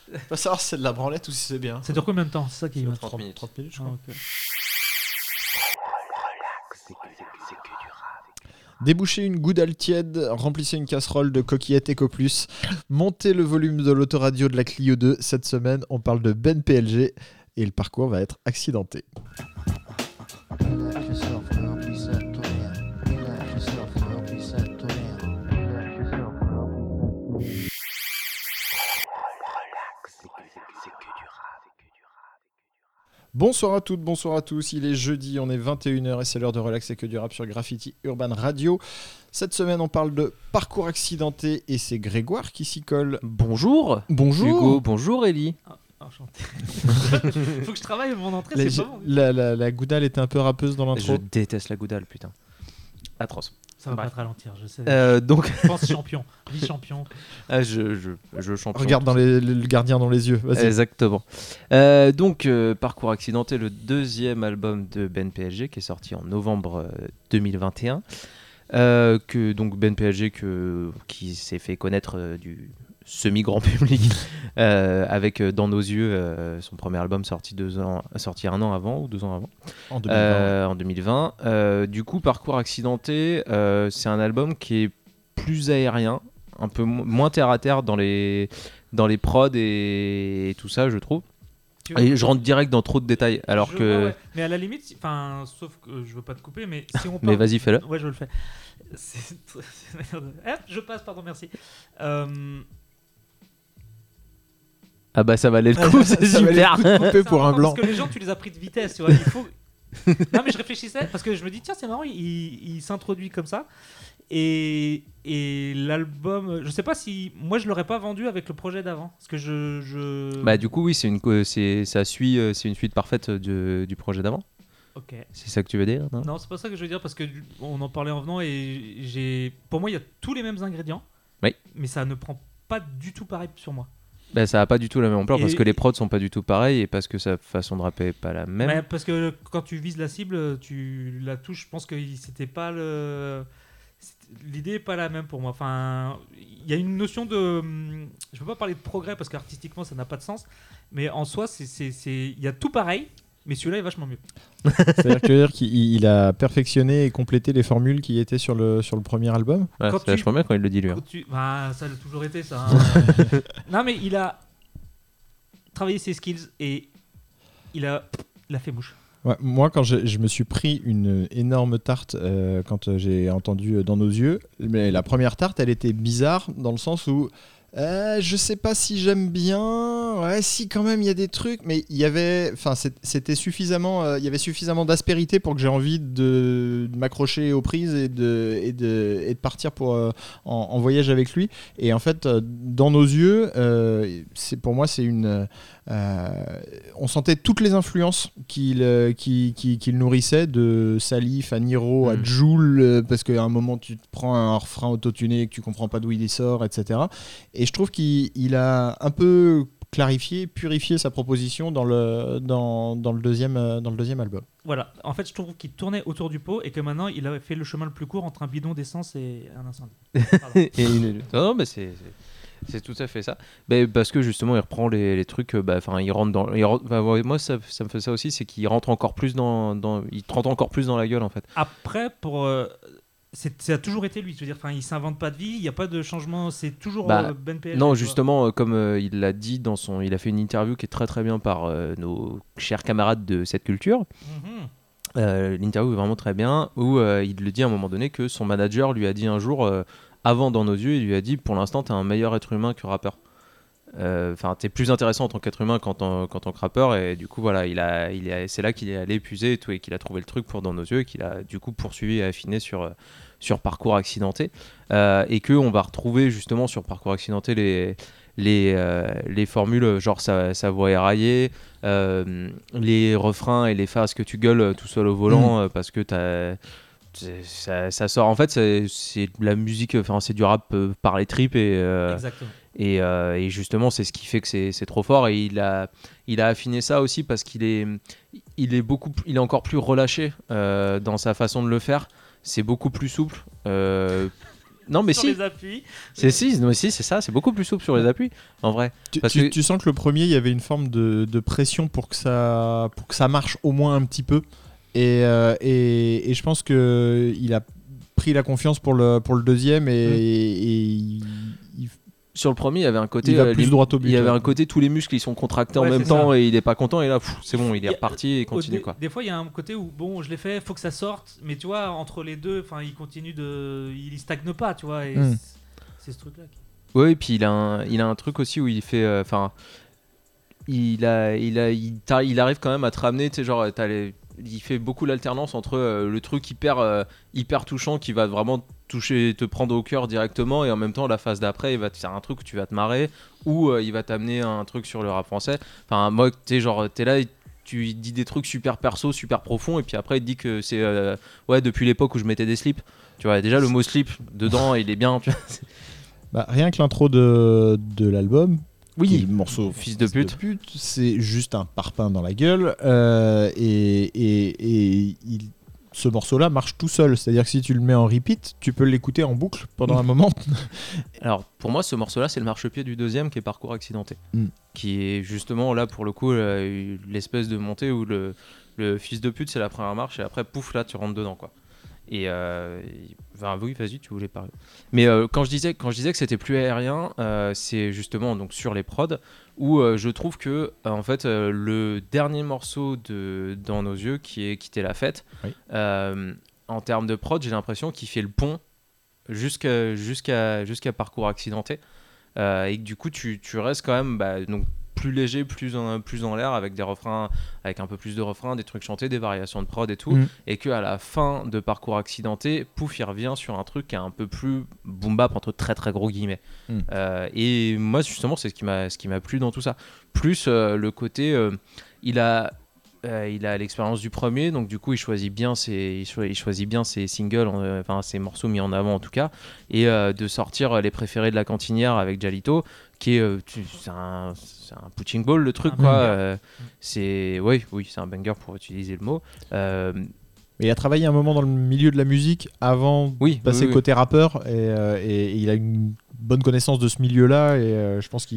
Pas savoir si c'est de la branlette ou si c'est bien. Ça dure combien de temps? C'est ça qui est 30 minutes. 30 minutes, je Ah, crois. ok. Débouchez une goudale tiède, remplissez une casserole de coquillettes Eco Plus, montez le volume de l'autoradio de la Clio 2. Cette semaine, on parle de Ben PLG et le parcours va être accidenté. Bonsoir à toutes, bonsoir à tous, il est jeudi, on est 21h et c'est l'heure de relax et que du rap sur Graffiti Urban Radio. Cette semaine on parle de parcours accidenté et c'est Grégoire qui s'y colle. Bonjour Bonjour Hugo, bonjour Ellie. Enchanté. Faut que je travaille mon entrée, La, c'est pas bon. la goudale était un peu râpeuse dans Je l'intro. déteste la goudale, putain. Atroce. Ça va Bref. pas te ralentir, je sais. Donc, Je pense champion, vice-champion. je champion. Regarde dans le gardien dans les yeux, vas-y. Exactement. Donc, Parcours accidenté, le deuxième album de Ben PLG qui est sorti en novembre 2021. Que donc Ben PLG qui s'est fait connaître du semi-grand public avec Dans nos yeux, son premier album sorti 1 an avant ou 2 ans avant. En 2020. Du coup, Parcours accidenté, c'est un album qui est plus aérien, un peu moins terre à terre dans les prods et tout ça, je trouve. Et je rentre direct dans trop de détails, alors que. Ouais. Mais à la limite, enfin, sauf que je veux pas te couper, mais si on. Mais vas-y, fais-le. Ouais, je le fais. Je passe, pardon, merci. Ah bah ça valait le coup, c'est Ça valait super. le coup de couper pour un important blanc. Parce que les gens, tu les as pris de vitesse, tu vois. Il faut. Non, mais je réfléchissais parce que je me dis, tiens, c'est marrant, il s'introduit comme ça. Et l'album, je sais pas si. Moi, je l'aurais pas vendu avec le projet d'avant. Parce que je. Bah du coup, oui, c'est une suite parfaite du projet d'avant. Ok. C'est ça que tu veux dire, non? Non, c'est pas ça que je veux dire parce que on en parlait en venant et pour moi, il y a tous les mêmes ingrédients. Oui. Mais ça ne prend pas du tout pareil sur moi. Bah ça a pas du tout la même ampleur parce Et- que les prods sont pas du tout pareils et parce que sa façon de rapper est pas la même. Mais parce que quand tu vises la cible, tu la touches. Je pense que c'était pas l'idée est pas la même pour moi. Enfin, il y a une notion de. Je peux pas parler de progrès parce qu'artistiquement ça n'a pas de sens. Mais en soi, il y a tout pareil. Mais celui-là est vachement mieux. C'est-à-dire qu'il a perfectionné et complété les formules qui étaient sur le premier album. Ouais, Quand c'est vachement bien quand il le dit lui. Hein. Bah, ça a toujours été ça. Hein. Non, mais il a travaillé ses skills et il a fait mouche. Ouais, moi, quand je me suis pris une énorme tarte quand j'ai entendu Dans nos yeux, mais la première tarte, elle était bizarre dans le sens où je sais pas si j'aime bien. Ouais, si quand même, il y a des trucs, mais il y avait, enfin, c'était suffisamment, il y avait suffisamment d'aspérité pour que j'ai envie de m'accrocher aux prises et de partir pour en voyage avec lui. Et en fait, Dans nos yeux, pour moi, c'est une on sentait toutes les influences qu'il nourrissait, de Salif à Niro à Jul, parce qu'à un moment tu te prends un refrain autotuné et que tu comprends pas d'où il sort, etc. Et je trouve qu'il a un peu clarifié, purifié sa proposition dans le deuxième album. Voilà. En fait, je trouve qu'il tournait autour du pot et que maintenant il a fait le chemin le plus court entre un bidon d'essence et un incendie. Pardon. Non, mais c'est tout à fait ça. Mais parce que justement, il reprend les trucs. Il rentre dans. Moi, ça me fait ça aussi, c'est qu'il rentre encore plus il te rentre encore plus dans la gueule en fait. Après, ça a toujours été lui. Je veux dire, il s'invente pas de vie. Il y a pas de changement. C'est toujours Ben PLG. Non, justement, comme il l'a dit il a fait une interview qui est très très bien par nos chers camarades de cette culture. L'interview est vraiment très bien où il le dit à un moment donné que son manager lui a dit un jour. Avant Dans nos yeux, il lui a dit pour l'instant t'es un meilleur être humain que rappeur. T'es plus intéressant en tant qu'être humain qu'en tant que rappeur et du coup voilà c'est là qu'il est allé épuiser et tout et qu'il a trouvé le truc pour Dans nos yeux et qu'il a du coup poursuivi et affiné sur Parcours accidenté et que on va retrouver justement sur Parcours accidenté les formules genre sa voix éraillée, les refrains et les phases que tu gueules tout seul au volant parce que ça sort en fait c'est de la musique, c'est du rap par les tripes Exactement. Et justement c'est ce qui fait que c'est trop fort et il a affiné ça aussi parce qu'il est encore plus relâché dans sa façon de le faire, c'est beaucoup plus souple, Non, mais sur si. les appuis. C'est ça, c'est beaucoup plus souple sur les appuis, en vrai. Tu sens que le premier, il y avait une forme de pression pour que ça marche au moins un petit peu. Et je pense qu'il a pris la confiance pour le deuxième et sur le premier, il y avait un côté, il va plus droit au but. Il y avait un côté, tous les muscles ils sont contractés en même temps et il est pas content et là, c'est bon, il est reparti et continue quoi. Des fois, il y a un côté où bon, je l'ai fait, faut que ça sorte, mais tu vois, entre les deux, enfin, il continue il stagne pas, tu vois, et c'est ce truc-là. Oui, et puis il a un truc aussi où il fait, enfin, il arrive quand même à te ramener, tu sais, genre, il fait beaucoup l'alternance entre le truc hyper touchant qui va vraiment te prendre au cœur directement et en même temps la phase d'après il va te faire un truc où tu vas te marrer ou il va t'amener un truc sur le rap français. Enfin moi t'es là et tu dis des trucs super perso, super profonds et puis après il te dit que c'est depuis l'époque où je mettais des slips. Tu vois déjà le mot slip dedans il est bien. Tu vois. Bah, rien que l'intro de l'album. Oui, le morceau Fils de pute, c'est juste un parpaing dans la gueule ce morceau-là marche tout seul, c'est-à-dire que si tu le mets en repeat, tu peux l'écouter en boucle pendant un moment. Alors pour moi ce morceau-là c'est le marchepied du deuxième qui est Parcours accidenté, qui est justement là pour le coup l'espèce de montée où le fils de pute c'est la première marche et après pouf là tu rentres dedans quoi. Et oui, vas-y, tu voulais parler. Mais quand je disais que c'était plus aérien, c'est justement donc sur les prods où je trouve que en fait le dernier morceau de Dans nos yeux qui est Quitter la fête, oui. En termes de prod, j'ai l'impression qu'il fait le pont jusqu'à Parcours accidenté et que du coup tu restes quand même donc plus léger, plus en l'air, avec des refrains, avec un peu plus de refrains, des trucs chantés, des variations de prod et tout, et qu'à la fin de Parcours accidenté, pouf, il revient sur un truc qui est un peu plus boom bap entre très très gros guillemets. Et moi justement c'est ce qui m'a plu dans tout ça. Plus le côté, il a l'expérience du premier, donc du coup il choisit bien ses singles, enfin ses morceaux mis en avant en tout cas, et de sortir les préférés de la cantinière avec Jalito, qui est c'est un punching ball le truc quoi. C'est un banger pour utiliser le mot. Mais il a travaillé un moment dans le milieu de la musique avant de passer côté rappeur et il a une bonne connaissance de ce milieu-là et je pense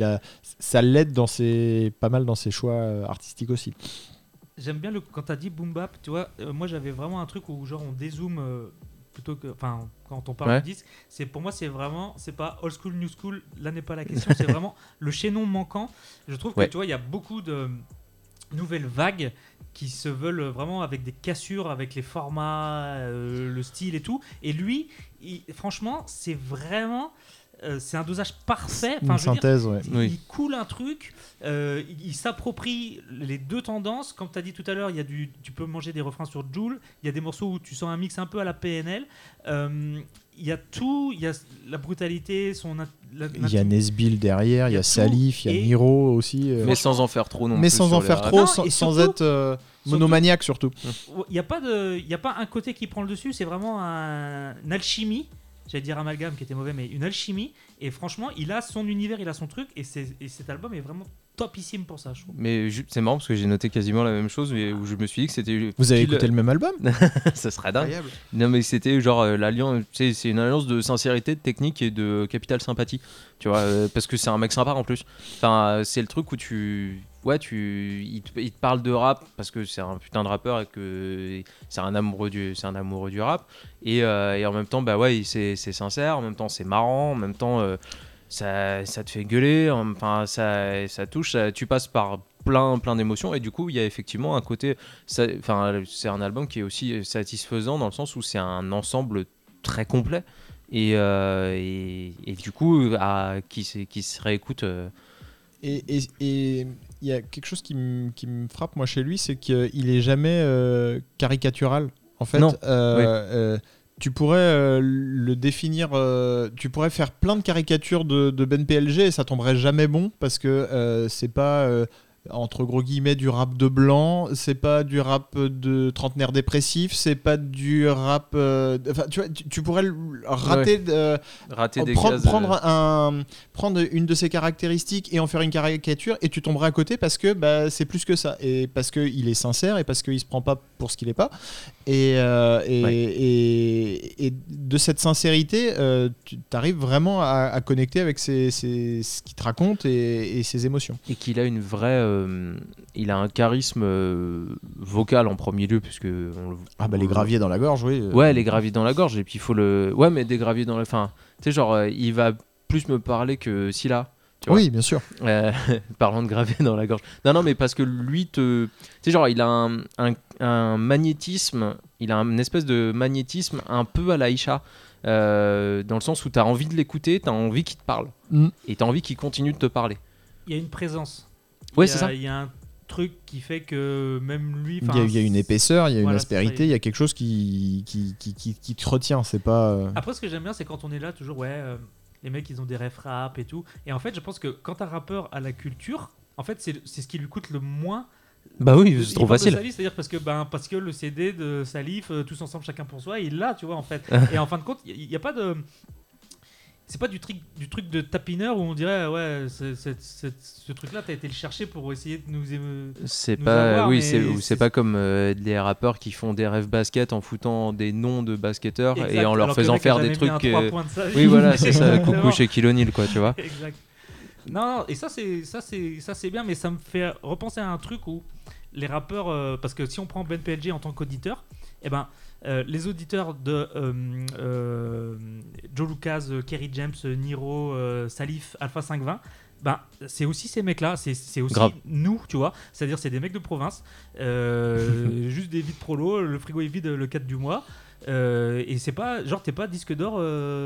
ça l'aide pas mal dans ses choix artistiques aussi. J'aime bien quand t'as dit boom bap, tu vois, moi j'avais vraiment un truc où genre on dézoome plutôt que, enfin quand on parle du disque, pour moi c'est pas old school, new school, là n'est pas la question, c'est vraiment le chaînon manquant. Je trouve que tu vois il y a beaucoup de nouvelles vagues qui se veulent vraiment avec des cassures, avec les formats, le style et tout, et lui franchement c'est vraiment c'est un dosage parfait. Une synthèse, il coule un truc, il s'approprie les deux tendances. Comme tu as dit tout à l'heure, tu peux manger des refrains sur Jul. Il y a des morceaux où tu sens un mix un peu à la PNL. Il y a tout, il y a la brutalité, il y a Nesbill derrière, il y a Salif, il y a Miro aussi. Mais sans en faire trop non plus. Mais sans en faire trop, sans être monomaniaque surtout. Il n'y a pas un côté qui prend le dessus, c'est vraiment une alchimie. J'allais dire amalgame qui était mauvais, mais une alchimie. Et franchement, il a son univers, il a son truc. Et cet album est vraiment topissime pour ça, je trouve. Mais c'est marrant parce que j'ai noté quasiment la même chose, mais où je me suis dit que c'était. Vous avez écouté le même album? Ça serait dingue. Incroyable. Non, mais c'était genre l'alliance. C'est une alliance de sincérité, de technique et de capital sympathie. Tu vois, parce que c'est un mec sympa en plus. Enfin, c'est le truc où il te parle de rap parce que c'est un putain de rappeur et que c'est un amoureux du rap et en même temps c'est sincère, en même temps c'est marrant, en même temps ça te fait gueuler, enfin ça touche, tu passes par plein d'émotions et du coup il y a effectivement un côté, c'est un album qui est aussi satisfaisant dans le sens où c'est un ensemble très complet et du coup qui se réécoute. Et il y a quelque chose qui me frappe moi chez lui, c'est qu'il est jamais caricatural. En fait, tu pourrais le définir, tu pourrais faire plein de caricatures de Ben PLG et ça tomberait jamais bon parce que c'est pas entre gros guillemets du rap de blanc, c'est pas du rap de trentenaire dépressif, c'est pas du rap tu vois, tu pourrais rater prendre une de ses caractéristiques et en faire une caricature et tu tomberais à côté parce que c'est plus que ça et parce que il est sincère et parce qu'il se prend pas pour ce qu'il n'est pas. Et de cette sincérité, tu arrives vraiment à connecter avec ce qu'il te raconte et ses émotions. Et qu'il a une vraie... il a un charisme vocal en premier lieu, puisque... les graviers dans la gorge, oui. Ouais, les graviers dans la gorge, et puis il faut le... Ouais, mais des graviers dans la... Enfin, tu sais, genre, il va plus me parler que Scylla. Oui, bien sûr. Parlant de gravier dans la gorge. Non, mais parce que lui, tu sais, genre, il a un magnétisme, il a une espèce de magnétisme un peu à la Aïcha, dans le sens où tu as envie de l'écouter, tu as envie qu'il te parle, et tu as envie qu'il continue de te parler. Il y a une présence. Ouais, c'est ça. Il y a un truc qui fait que même lui... Il y a une épaisseur, il y a une aspérité, il y a quelque chose qui te retient, c'est pas... Après, ce que j'aime bien, c'est quand on est là, toujours, les mecs, ils ont des refs rap et tout. Et en fait, je pense que quand un rappeur a la culture, en fait, c'est ce qui lui coûte le moins. Bah oui, c'est trop facile. C'est-à-dire parce que le CD de Salif, tous ensemble, chacun pour soi, il l'a, tu vois, en fait. Et en fin de compte, il n'y a pas de... C'est pas du truc de tapineur où on dirait ce truc-là t'as été le chercher pour essayer de nous c'est nous pas avoir, oui mais c'est pas comme les rappeurs qui font des rêves basket en foutant des noms de basketteurs exact, et en leur faisant faire des trucs oui voilà c'est ça coucou Shaquille O'Neal quoi tu vois. Exact. Non et ça c'est bien mais ça me fait repenser à un truc où les rappeurs parce que si on prend Ben PLG en tant qu'auditeur les auditeurs de Joe Lucas, Kerry James, Niro, Salif, Alpha 520, c'est aussi ces mecs-là, c'est aussi Grave. nous, tu vois. C'est-à-dire, c'est des mecs de province, juste des vides prolo, le frigo est vide le 4 du mois, et c'est pas, genre, t'es pas disque d'or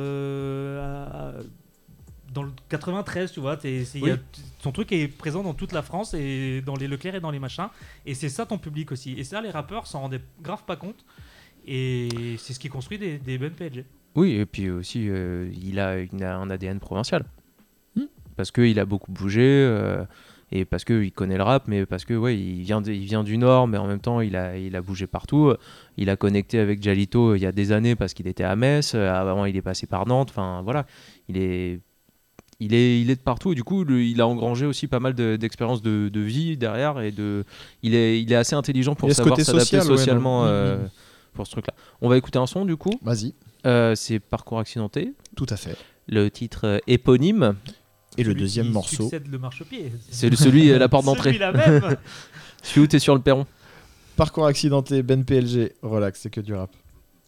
dans le 93, tu vois. Ton truc est présent dans toute la France et dans les Leclerc et dans les machins, et c'est ça ton public aussi. Et ça, les rappeurs s'en rendaient grave pas compte. Et c'est ce qui construit des bonnes PLG. Oui, et puis aussi, il a un ADN provincial. Parce qu'il a beaucoup bougé, et parce qu'il connaît le rap, mais parce que il vient du Nord, mais en même temps, il a bougé partout. Il a connecté avec Jalito il y a des années parce qu'il était à Metz. Avant, il est passé par Nantes. Enfin, voilà. Il est de partout. Et du coup, il a engrangé aussi pas mal d'expériences de vie derrière. Et il est assez intelligent pour savoir s'adapter socialement... pour ce truc-là. On va écouter un son du coup. Vas-y. C'est Parcours accidenté. Tout à fait. Le titre éponyme. Et le deuxième morceau. Succède le marchepied. C'est celui la porte d'entrée. Celui-là même. Celui où t'es sur le perron. Parcours accidenté, Ben PLG. Relax, c'est que du rap.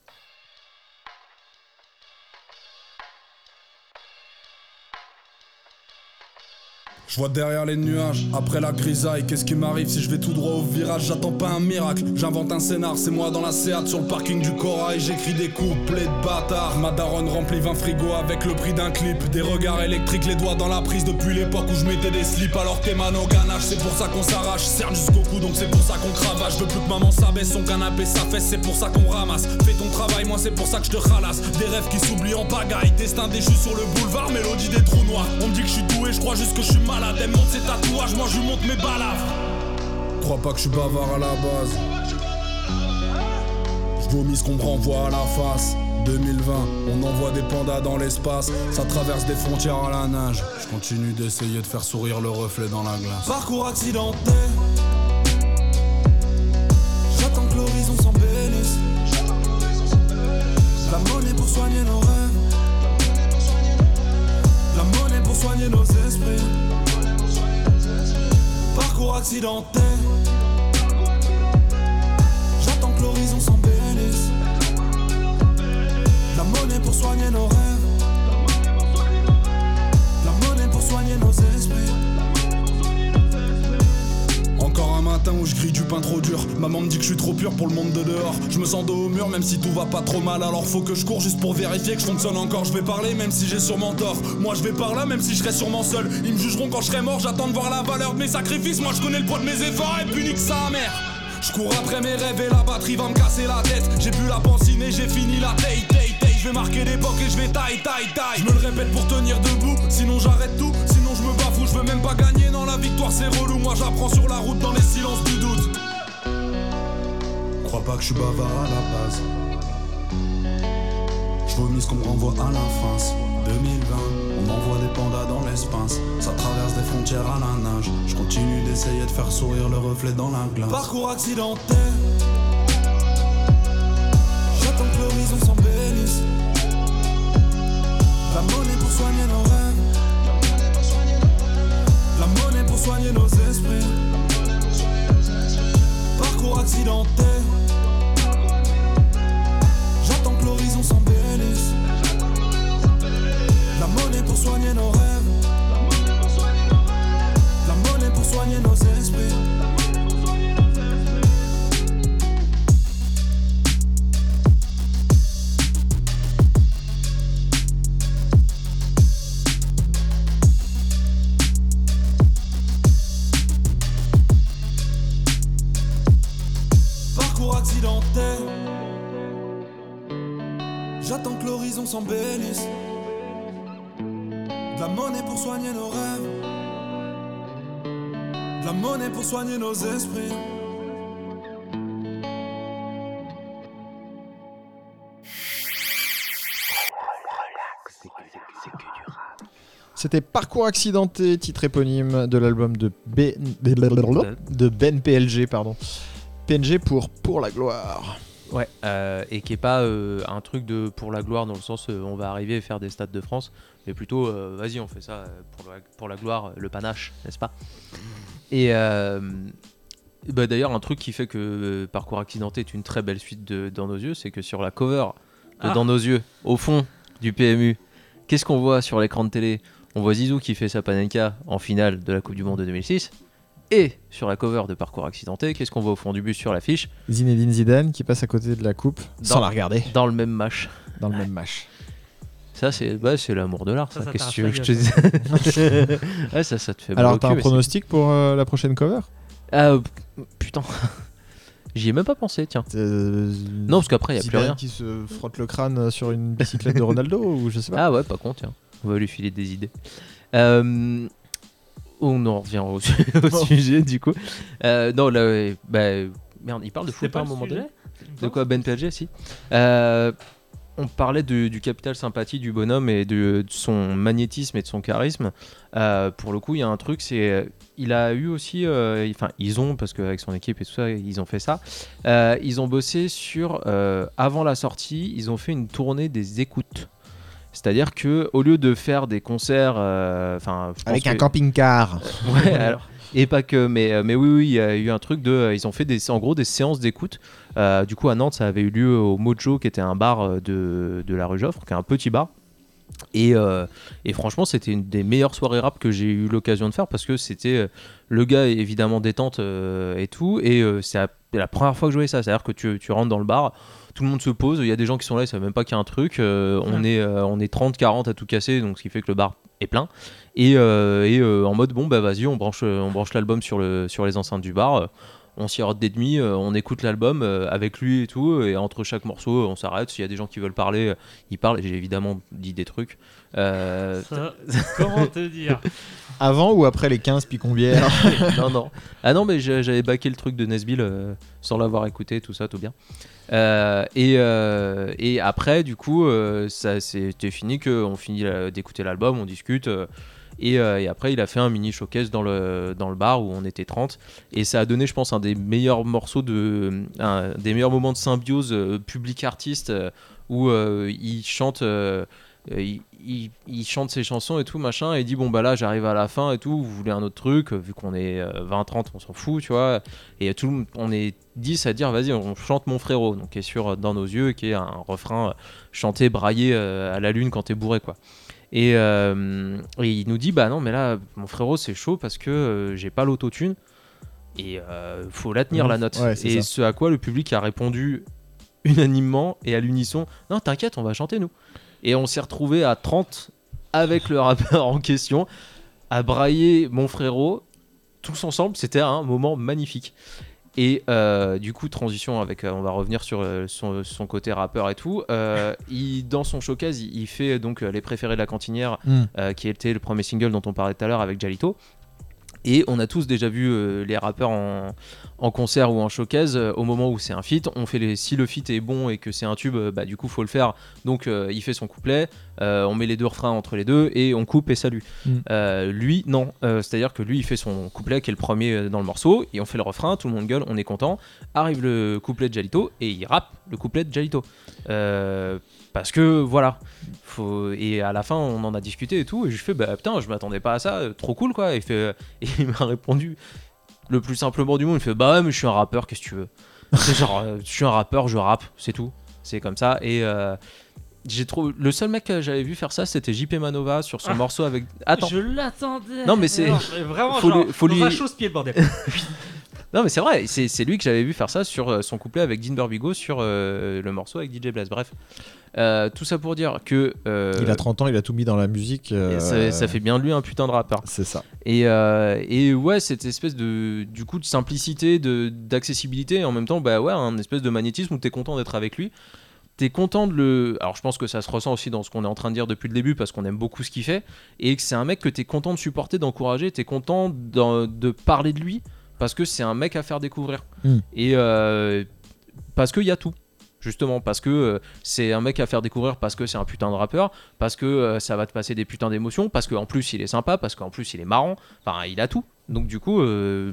Je vois derrière les nuages, après la grisaille. Qu'est-ce qui m'arrive si je vais tout droit au virage? J'attends pas un miracle, j'invente un scénar. C'est moi dans la Seat sur le parking du Corail. J'écris des couplets de bâtards. Ma daronne remplit 20 frigos avec le prix d'un clip. Des regards électriques, les doigts dans la prise. Depuis l'époque où je mettais des slips alors t'es man au ganache. C'est pour ça qu'on s'arrache, cerne jusqu'au cou donc c'est pour ça qu'on cravache. Je veux plus que maman s'abaisse, son canapé s'affaisse. C'est pour ça qu'on ramasse, fais ton travail, moi c'est pour ça que je te ralasse. Des rêves qui s'oublient en pagaille. Destin déchu sur le boulevard, mélodie des trous noirs. On me dit que je suis doué, je crois juste que je suis malade. Elle monte ses tatouages, moi je lui monte mes balafres. Crois pas que je suis bavard à la base. Je vomis ce qu'on me renvoie à la face. 2020, on envoie des pandas dans l'espace. Ça traverse des frontières à la nage. Je continue d'essayer de faire sourire le reflet dans la glace. Parcours accidenté. J'attends que l'horizon s'embellisse. La monnaie pour soigner nos rêves. La monnaie pour soigner nos esprits. Parcours accidenté. J'attends que l'horizon s'embellisse. La monnaie pour soigner nos rêves. La monnaie pour soigner nos esprits. Encore un matin où je grille du pain trop dur. Maman me dit que je suis trop pur pour le monde de dehors. Je me sens dos au mur même si tout va pas trop mal. Alors faut que je cours juste pour vérifier que je fonctionne encore. Je vais parler même si j'ai sûrement tort. Moi je vais par là même si je serai sûrement seul. Ils me jugeront quand je serai mort. J'attends de voir la valeur de mes sacrifices. Moi je connais le poids de mes efforts et puis nique sa mère. Je cours après mes rêves et la batterie va me casser la tête. J'ai bu la benzine et j'ai fini la taille. Je vais marquer l'époque et je vais taille. Je me le répète pour tenir debout. Sinon j'arrête tout, sinon je me bafoue. Je veux même pas gagner, non la victoire c'est relou. Moi j'apprends sur la route dans les silences du doute. Crois pas que je suis bavard à la base. Je vomis ce qu'on me renvoie à l'enfance. 2020, on envoie des pandas dans l'espace. Ça traverse des frontières à la nage. Je continue d'essayer de faire sourire le reflet dans la glace. Parcours accidenté. J'attends que l'horizon s'embellisse. La monnaie pour soigner nos rêves. La monnaie pour soigner nos esprits. Parcours accidenté. J'attends que l'horizon s'embellisse. La monnaie pour soigner nos rêves. La monnaie pour soigner nos esprits. Parcours accidenté. J'attends que l'horizon s'embellisse. De la monnaie pour soigner nos rêves. De la monnaie pour soigner nos esprits. C'était Parcours accidenté, titre éponyme de l'album de Ben PLG, pardon. PNG pour la gloire. Ouais, et qui est pas un truc de pour la gloire dans le sens on va arriver et faire des stades de France, mais plutôt vas-y on fait ça pour la gloire, le panache, n'est-ce pas? Et bah, d'ailleurs un truc qui fait que Parcours accidenté est une très belle suite de Dans nos yeux, c'est que sur la cover de Dans nos yeux, au fond du PMU, qu'est-ce qu'on voit sur l'écran de télé? On voit Zizou qui fait sa panenka en finale de la Coupe du Monde de 2006. Et sur la cover de Parcours accidenté, qu'est-ce qu'on voit au fond du bus sur l'affiche? Zinedine Zidane qui passe à côté de la coupe sans la regarder. Dans le même match. Dans le même match. Ça, c'est l'amour de l'art. Ça, qu'est-ce que tu veux que je te dise? Ouais, ça te fait mal Alors, au t'as cul, un pronostic pour la prochaine cover? Putain. J'y ai même pas pensé, tiens. Non, parce qu'après, il n'y a plus rien. Qui se frotte le crâne sur une bicyclette de Ronaldo ou je sais pas. Ah ouais, pas con, tiens. On va lui filer des idées. On en revient au sujet, du coup. Non, là, merde, il parle de foot à un moment donné. De quoi? Ben PLG, si. On parlait du capital sympathie du bonhomme et de son magnétisme et de son charisme. Pour le coup, il y a un truc, c'est il a eu aussi, ils ont, parce qu'avec son équipe et tout ça, ils ont fait ça. Ils ont bossé sur, avant la sortie, ils ont fait une tournée des écoutes. C'est-à-dire que au lieu de faire des concerts, avec un camping-car. Ouais, alors, et pas que, mais oui, il y a eu un truc ils ont fait en gros des séances d'écoute. Du coup, à Nantes, ça avait eu lieu au Mojo, qui était un bar de la rue Joffre, qui est un petit bar. Et franchement, c'était une des meilleures soirées rap que j'ai eu l'occasion de faire parce que c'était le gars évidemment détente et tout. Et c'est la première fois que je voyais ça. C'est-à-dire que tu rentres dans le bar, tout le monde se pose, il y a des gens qui sont là, ils savent même pas qu'il y a un truc. On est 30-40 à tout casser, donc ce qui fait que le bar est plein. Et en mode bon, bah vas-y, on branche l'album sur les enceintes du bar. On s'y rote des demi, on écoute l'album avec lui et tout, et entre chaque morceau, on s'arrête. S'il y a des gens qui veulent parler, ils parlent. Et j'ai évidemment dit des trucs. Comment te dire? Avant ou après les 15 picombières? Non. Ah non, mais j'avais backé le truc de Nesbill sans l'avoir écouté, tout ça, tout bien. Et après, du coup, ça c'était fini, qu'on finit d'écouter l'album, on discute. Et après, il a fait un mini showcase dans le bar où on était 30. Et ça a donné, je pense, un des meilleurs morceaux des meilleurs moments de symbiose public-artiste où il chante. Il chante ses chansons et tout machin, et il dit bon bah là j'arrive à la fin et tout, vous voulez un autre truc, vu qu'on est 20-30 on s'en fout, tu vois, et on est 10 à dire vas-y on chante Mon Frérot, donc qui est sur Dans nos yeux, qui est un refrain chanté braillé à la lune quand t'es bourré, quoi. Et il nous dit bah non mais là Mon Frérot c'est chaud parce que j'ai pas l'autotune et faut la tenir la note, et ce à quoi le public a répondu unanimement et à l'unisson non t'inquiète on va chanter nous. Et on s'est retrouvé à 30 avec le rappeur en question à brailler Mon Frérot tous ensemble. C'était un moment magnifique. Et du coup, transition avec, on va revenir sur son côté rappeur et tout. Dans son showcase, il fait donc Les Préférés de la Cantinière, qui était le premier single dont on parlait tout à l'heure avec Jalito. Et on a tous déjà vu les rappeurs en concert ou en showcase, au moment où c'est un feat, si le feat est bon et que c'est un tube, du coup faut le faire, donc il fait son couplet, on met les 2 refrains entre les deux et on coupe et salut. Lui non, c'est-à-dire que lui il fait son couplet qui est le premier dans le morceau et on fait le refrain, tout le monde gueule, on est content, arrive le couplet de Jalito et il rappe le couplet de Jalito. Parce que voilà, et à la fin on en a discuté et tout, et je fais putain je m'attendais pas à ça, trop cool quoi. Et il m'a répondu le plus simplement du monde, il fait bah ouais mais je suis un rappeur, qu'est-ce que tu veux. C'est genre je suis un rappeur, je rappe, c'est tout, c'est comme ça. Et j'ai trouvé le seul mec que j'avais vu faire ça, c'était JP Manova sur son morceau avec je l'attendais. Non mais c'est vraiment faut dans lui... un chausse-pied le bordel. Non mais c'est vrai, c'est lui que j'avais vu faire ça sur son couplet avec Dean Burbigo sur le morceau avec DJ Blaze. Bref, tout ça pour dire que il a 30 ans, il a tout mis dans la musique. Ça fait bien de lui un putain de rappeur. C'est ça. Et ouais, cette espèce de simplicité, d'accessibilité, et en même temps un espèce de magnétisme où t'es content d'être avec lui. T'es content de le... Alors je pense que ça se ressent aussi dans ce qu'on est en train de dire depuis le début, parce qu'on aime beaucoup ce qu'il fait, et que c'est un mec que t'es content de supporter, d'encourager, t'es content de parler de lui, parce que c'est un mec à faire découvrir. Et parce qu'il y a tout, justement, parce que c'est un mec à faire découvrir, parce que c'est un putain de rappeur, parce que ça va te passer des putains d'émotions, parce qu'en plus il est sympa, parce qu'en plus il est marrant, enfin il a tout. Donc du coup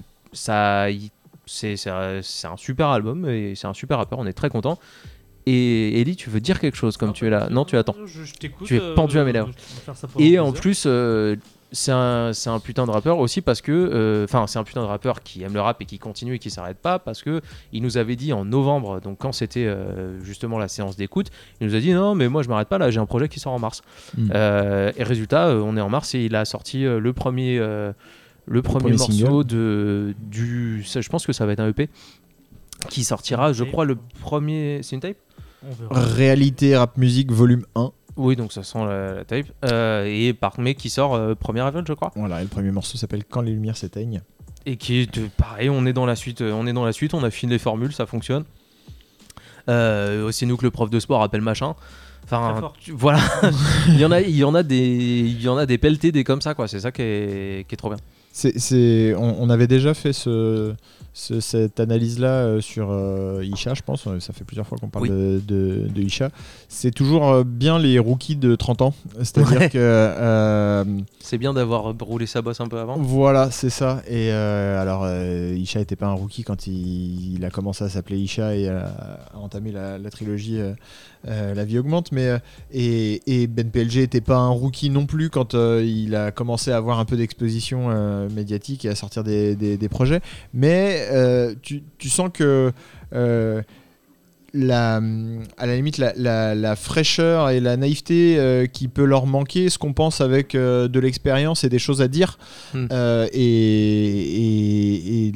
c'est un super album et c'est un super rappeur, on est très content. Et Ellie, tu veux dire quelque chose comme tu es là? Non, tu attends. Je t'écoute. Tu es pendu à mes lèvres. Et en plus, c'est un putain de rappeur aussi parce que... c'est un putain de rappeur qui aime le rap et qui continue et qui s'arrête pas, parce que il nous avait dit en novembre, donc quand c'était justement la séance d'écoute, il nous a dit non mais moi je m'arrête pas là, j'ai un projet qui sort en mars. Et résultat, on est en mars et il a sorti le premier morceau je pense que ça va être un EP qui sortira, je crois, le premier... C'est une tape ? Réalité Rap Musique volume 1. Oui, donc ça sent la tape. Et mais qui sort 1er avril, je crois. Voilà, et le premier morceau s'appelle Quand les lumières s'éteignent. Et qui est pareil, on est dans la suite, on affine les formules, ça fonctionne. C'est nous que le prof de sport appelle machin. Enfin, voilà, il y en a des pelletés, des comme ça, quoi. C'est ça qui est trop bien. On avait déjà fait cette analyse-là sur Isha, je pense. Ça fait plusieurs fois qu'on parle de Isha. C'est toujours bien les rookies de 30 ans. C'est-à-dire que... c'est bien d'avoir roulé sa bosse un peu avant. Voilà, c'est ça. Et alors, Isha n'était pas un rookie quand il a commencé à s'appeler Isha et a entamé la trilogie La vie augmente. Et Ben PLG n'était pas un rookie non plus quand il a commencé à avoir un peu d'exposition médiatique et à sortir des projets. Mais tu sens que à la limite la fraîcheur et la naïveté qui peut leur manquer, ce qu'on pense avec de l'expérience et des choses à dire, et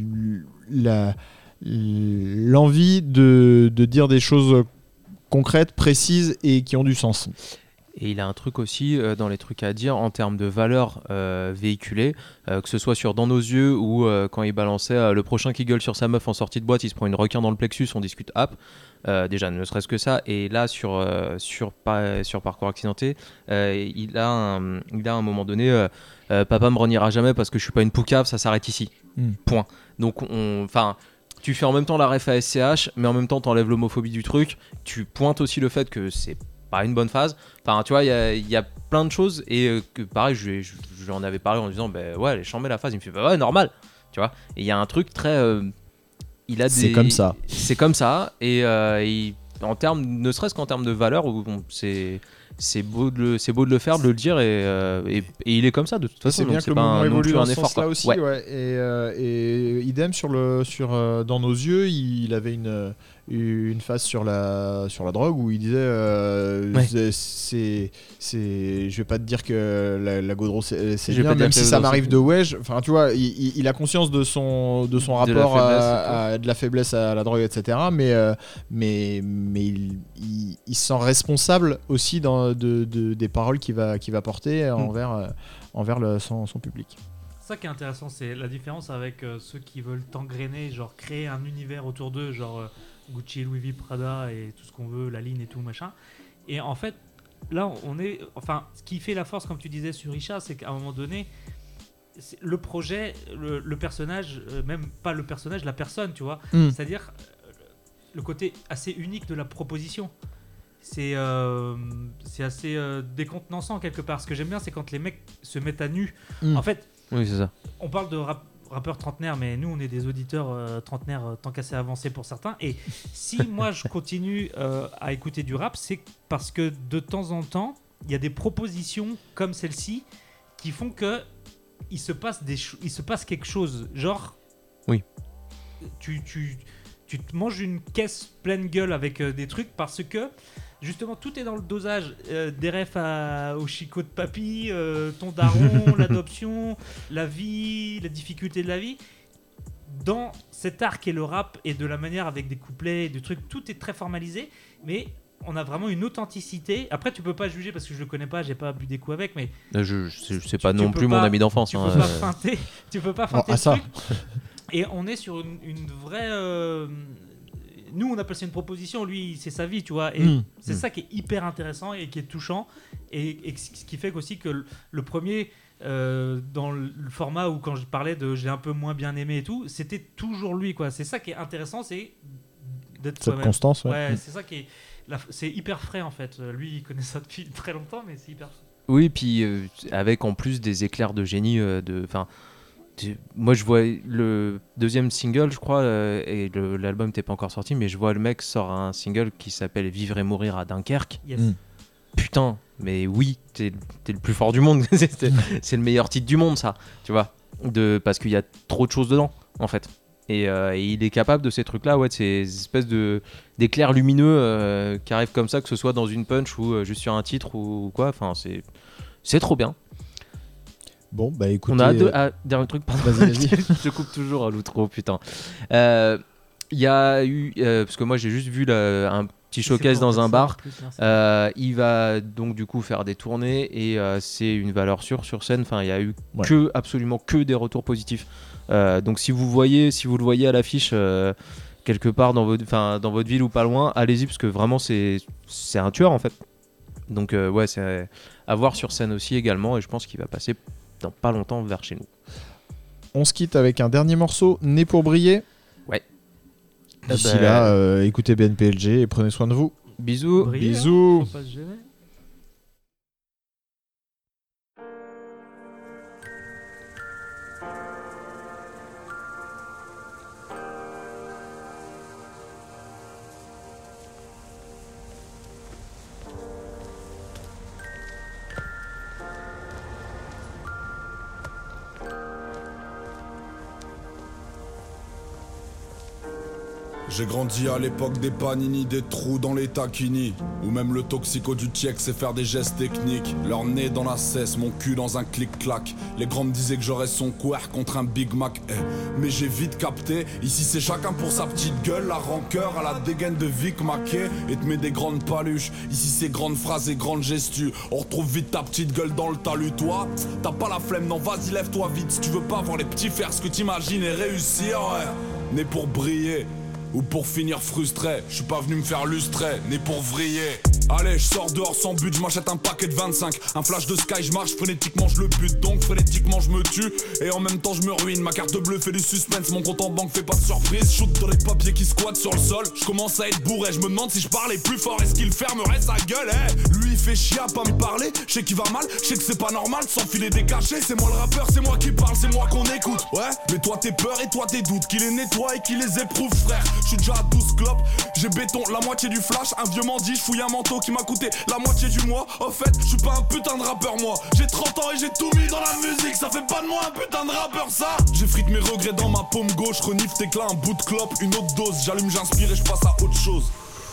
l'envie de dire des choses concrètes, précises et qui ont du sens. Et il a un truc aussi dans les trucs à dire en termes de valeur véhiculée, que ce soit sur Dans nos yeux ou quand il balançait le prochain qui gueule sur sa meuf en sortie de boîte, il se prend une requin dans le plexus, on discute app. Déjà, ne serait-ce que ça. Et là, sur Parcours Accidenté, il a un moment donné, papa me reniera jamais parce que je suis pas une poucave, ça s'arrête ici. Point. Donc, tu fais en même temps la ref à SCH, mais en même temps, t'enlèves l'homophobie du truc. Tu pointes aussi le fait que c'est pas une bonne phase. Enfin, tu vois, il y a plein de choses. Et que pareil, je lui en avais parlé en disant, ouais, elle est chambée la phase. Il me fait, ouais, normal. Tu vois. Et il y a un truc très... C'est comme ça. C'est comme ça. Et en termes, ne serait-ce qu'en termes de valeur, c'est beau de le faire, de le dire, et il est comme ça de toute façon. C'est bien donc que le mouvement évolue dans ce sens-là aussi. Ouais. Et idem sur Dans nos yeux, il avait une phase sur la drogue où il disait je vais pas te dire que la Gaudreau c'est bien, même si ça m'arrive de wesh. Enfin, tu vois, il a conscience de son rapport de la faiblesse à la drogue, etc. Mais il se sent responsable aussi des paroles qu'il va porter envers son public. Ça qui est intéressant, c'est la différence avec ceux qui veulent t'engrainer, genre créer un univers autour d'eux, genre Gucci, Louis V, Prada et tout ce qu'on veut, la ligne et tout machin. Et en fait, là, ce qui fait la force, comme tu disais sur Isha, c'est qu'à un moment donné, le projet, le personnage, même pas le personnage, la personne, tu vois. C'est-à-dire le côté assez unique de la proposition. C'est assez décontenançant quelque part. Ce que j'aime bien, c'est quand les mecs se mettent à nu. En fait, oui, c'est ça. On parle de rappeurs trentenaires, mais nous, on est des auditeurs trentenaires tant qu'assez avancés pour certains. Et si moi, je continue à écouter du rap, c'est parce que de temps en temps, il y a des propositions comme celle-ci qui font que il se passe quelque chose. Genre, oui. Tu te manges une caisse pleine gueule avec des trucs parce que justement tout est dans le dosage, des refs au chicot de papy, ton daron, l'adoption, la vie, la difficulté de la vie. Dans cet art qui est le rap et de la manière avec des couplets, des trucs, tout est très formalisé, mais on a vraiment une authenticité. Après, tu peux pas juger parce que je le connais pas, j'ai pas bu des coups avec, mais c'est pas non plus mon ami d'enfance. Tu peux pas feinter ça. Truc. Et on est sur une vraie. Nous, on appelle ça une proposition. Lui, c'est sa vie, tu vois. Et c'est ça qui est hyper intéressant et qui est touchant. Et ce qui fait aussi que le premier, dans le format où quand je parlais de j'ai un peu moins bien aimé et tout, c'était toujours lui, quoi. C'est ça qui est intéressant, c'est d'être cette soi-même. Constance, ouais. C'est ça qui est. C'est hyper frais en fait. Lui, il connaît ça depuis très longtemps, mais c'est hyper frais. Oui, puis avec en plus des éclairs de génie. Moi, je vois le deuxième single, je crois, et l'album n'était pas encore sorti, mais je vois le mec sort un single qui s'appelle Vivre et mourir à Dunkerque. Yes. Putain, mais oui, t'es le plus fort du monde. C'est le meilleur titre du monde, ça. Tu vois, parce qu'il y a trop de choses dedans, en fait. Et il est capable de ces trucs-là, ouais, de ces espèces d'éclairs lumineux qui arrivent comme ça, que ce soit dans une punch ou juste sur un titre ou quoi. Enfin, c'est trop bien. Bon, bah écoutez. On a dernier truc, pardon. Vas-y. Je coupe toujours à l'outro, putain. Il y a eu, parce que moi j'ai juste vu un petit showcase dans un bar. Il va donc du coup faire des tournées et c'est une valeur sûre sur scène. Enfin, il y a eu absolument que des retours positifs. Donc si vous le voyez à l'affiche quelque part dans votre ville ou pas loin, allez-y parce que vraiment c'est un tueur en fait. Donc c'est à voir sur scène aussi également et je pense qu'il va passer dans pas longtemps vers chez nous. On se quitte avec un dernier morceau, Né pour briller. Ouais. D'ici là, écoutez BNPLG et prenez soin de vous. Bisous. Bisous. Faut pas se gêner. J'ai grandi à l'époque des panini, des trous dans les taquinis. Ou même le toxico du tchèque sait faire des gestes techniques. Leur nez dans la cesse, mon cul dans un clic-clac. Les grands me disaient que j'aurais son couer contre un Big Mac. Mais j'ai vite capté, ici c'est chacun pour sa petite gueule. La rancœur à la dégaine de Vic Mackey. Et te met des grandes paluches, ici c'est grandes phrases et grandes gestues. On retrouve vite ta petite gueule dans le talus. Toi, t'as pas la flemme, non vas-y lève-toi vite. Si tu veux pas voir les petits faire ce que t'imagines et réussir, ouais. Né pour briller ou pour finir frustré, je suis pas venu me faire lustrer, né pour vriller. Allez, je sors dehors sans but, je m'achète un paquet de 25. Un flash de Sky, je marche, frénétiquement je le bute. Donc frénétiquement je me tue, et en même temps je me ruine. Ma carte bleue fait du suspense, mon compte en banque fait pas de surprise. Shoot dans les papiers qui squattent sur le sol. Je commence à être bourré, je me demande si je parlais plus fort. Est-ce qu'il fermerait sa gueule, Lui il fait chier à pas me parler, je sais qu'il va mal, je sais que c'est pas normal, s'enfiler des cachets. C'est moi le rappeur, c'est moi qui parle, c'est moi qu'on écoute. Ouais, mais toi t'es peur et toi t'es doutes, qu'il les nettoie et qu'il les éprouve, frère. Je suis déjà à 12 clopes, j'ai béton, la moitié du flash. Un vieux mendie, je fouille un manteau qui m'a coûté la moitié du mois. Au fait, je suis pas un putain de rappeur moi. J'ai 30 ans et j'ai tout mis dans la musique. Ça fait pas de moi un putain de rappeur ça. J'effrite mes regrets dans ma paume gauche. Renifle tes clins, un bout de clope, une autre dose. J'allume, j'inspire et je passe à autre chose.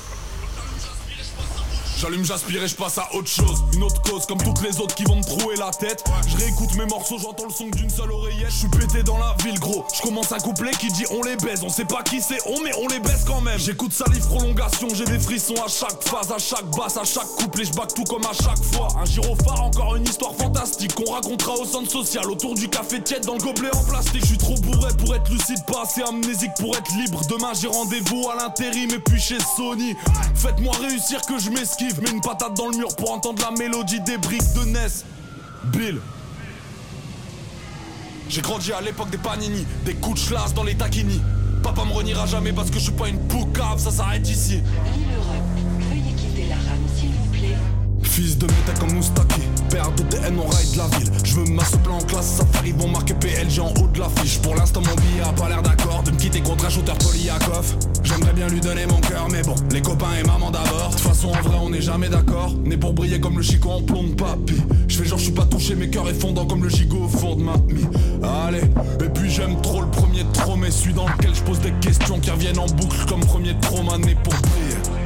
J'allume, j'aspire et je passe à autre chose. Une autre cause comme toutes les autres qui vont me trouer la tête. Je réécoute mes morceaux, j'entends le son d'une seule oreillette. Je suis pété dans la ville gros. Je commence un couplet qui dit on les baise. On sait pas qui c'est on mais on les baise quand même. J'écoute Salif prolongation, j'ai des frissons à chaque phase, à chaque basse, à chaque couplet. Je back tout comme à chaque fois. Un gyrophare, encore une histoire fantastique qu'on racontera au centre social. Autour du café tiède dans le gobelet en plastique. Je suis trop bourré pour être lucide, pas assez amnésique pour être libre. Demain j'ai rendez-vous à l'intérim et puis chez Sony. Faites-moi réussir que je m'esquive. Mets une patate dans le mur pour entendre la mélodie des briques de NES. Bill. J'ai grandi à l'époque des panini, des coups de chlasse dans les taquinis. Papa me reniera jamais parce que je suis pas une poucave, ça s'arrête ici. Veuillez quitter la rame s'il vous plaît. Fils de méta comme Moustaki, père de DN, on ride la ville. Je veux m'assembler en classe, Safari vont marquer PLG en haut de l'affiche. Pour l'instant mon billet a pas l'air d'accord de me quitter contre un shooter Polyakov. J'aimerais bien lui donner mon cœur mais bon, les copains et maman d'abord. De toute façon en vrai on n'est jamais d'accord. Né pour briller comme le Chico en plomb de papy. Je fais genre je suis pas touché, mes cœurs est fondant comme le gigot au fond de ma mie. Allez, et puis j'aime trop le premier de trop, mais celui dans lequel je pose des questions qui reviennent en boucle comme premier de trop, né pour briller.